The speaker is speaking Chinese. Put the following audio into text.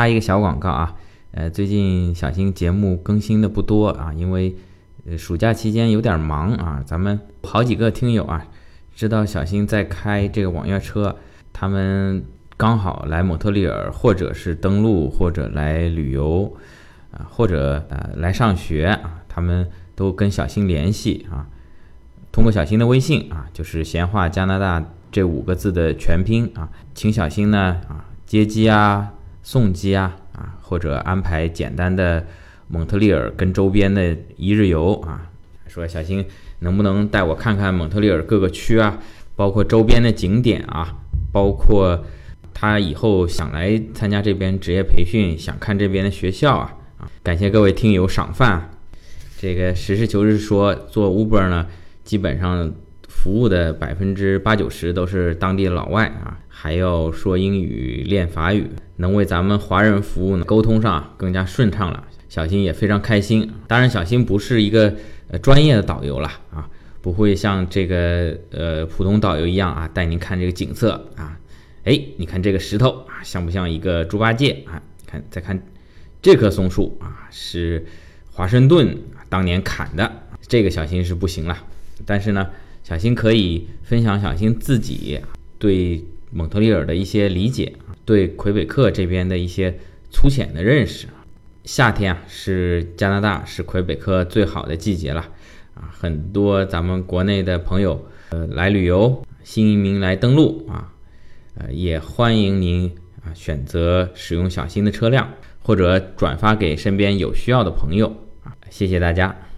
插一个小广告啊，最近小新节目更新的不多啊，因为暑假期间有点忙啊。咱们好几个听友啊，知道小新在开这个网约车，他们刚好来蒙特利尔，或者是登陆，或者来旅游啊，或者来上学啊，他们都跟小新联系啊，通过小新的微信啊，就是闲话加拿大这5个字的全拼啊，请小新呢接机啊、送机啊或者安排简单的蒙特利尔跟周边的一日游啊，说小新能不能带我看看蒙特利尔各个区啊，包括周边的景点啊，包括他以后想来参加这边职业培训，想看这边的学校啊。感谢各位听友赏饭。这个实事求是说，做 Uber 呢，基本上服务的80%-90%都是当地的老外啊，还要说英语、练法语，能为咱们华人服务呢，沟通上更加顺畅了。小新也非常开心。当然，小新不是一个专业的导游了啊，不会像这个普通导游一样啊，带您看这个景色啊。你看这个石头啊，像不像一个猪八戒啊？再看这棵松树啊，是华盛顿当年砍的。这个小新是不行了，但是呢，小新可以分享小新自己对蒙特利尔的一些理解，对魁北克这边的一些粗浅的认识。夏天是加拿大是魁北克最好的季节了啊，很多咱们国内的朋友来旅游，新移民来登陆啊，也欢迎您选择使用小新的车辆，或者转发给身边有需要的朋友啊，谢谢大家。